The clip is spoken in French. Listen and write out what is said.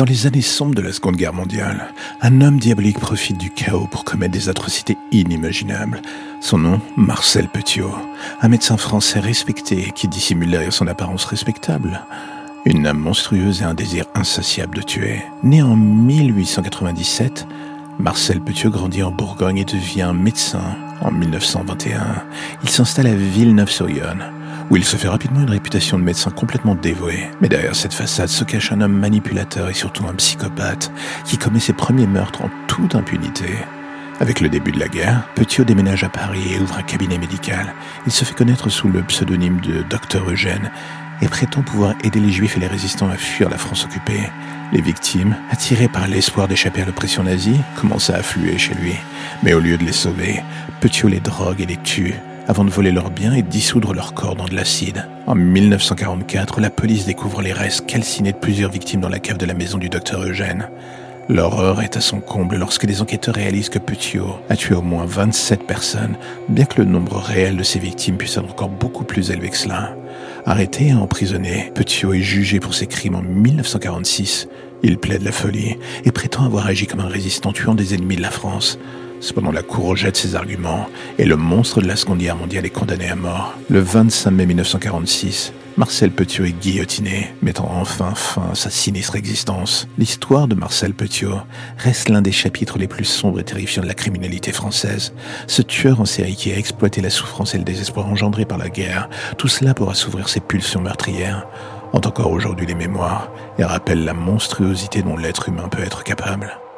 Dans les années sombres de la Seconde Guerre mondiale, un homme diabolique profite du chaos pour commettre des atrocités inimaginables. Son nom, Marcel Petiot, un médecin français respecté qui dissimule derrière son apparence respectable une âme monstrueuse et un désir insatiable de tuer. Né en 1897, Marcel Petiot grandit en Bourgogne et devient médecin en 1921. Il s'installe à Villeneuve-sur-Yonne, où il se fait rapidement une réputation de médecin complètement dévoué. Mais derrière cette façade se cache un homme manipulateur et surtout un psychopathe qui commet ses premiers meurtres en toute impunité. Avec le début de la guerre, Petiot déménage à Paris et ouvre un cabinet médical. Il se fait connaître sous le pseudonyme de Docteur Eugène et prétend pouvoir aider les Juifs et les résistants à fuir la France occupée. Les victimes, attirées par l'espoir d'échapper à l'oppression nazie, commencent à affluer chez lui. Mais au lieu de les sauver, Petiot les drogue et les tue, avant de voler leurs biens et dissoudre leurs corps dans de l'acide. En 1944, la police découvre les restes calcinés de plusieurs victimes dans la cave de la maison du docteur Eugène. L'horreur est à son comble lorsque les enquêteurs réalisent que Petiot a tué au moins 27 personnes, bien que le nombre réel de ses victimes puisse être encore beaucoup plus élevé que cela. Arrêté et emprisonné, Petiot est jugé pour ses crimes en 1946. Il plaide la folie et prétend avoir agi comme un résistant tuant des ennemis de la France. Cependant, la cour rejette ses arguments et le monstre de la Seconde Guerre mondiale est condamné à mort. Le 25 mai 1946, Marcel Petiot est guillotiné, mettant enfin fin à sa sinistre existence. L'histoire de Marcel Petiot reste l'un des chapitres les plus sombres et terrifiants de la criminalité française. Ce tueur en série qui a exploité la souffrance et le désespoir engendrés par la guerre, tout cela pour assouvir ses pulsions meurtrières, hante encore aujourd'hui les mémoires et rappelle la monstruosité dont l'être humain peut être capable.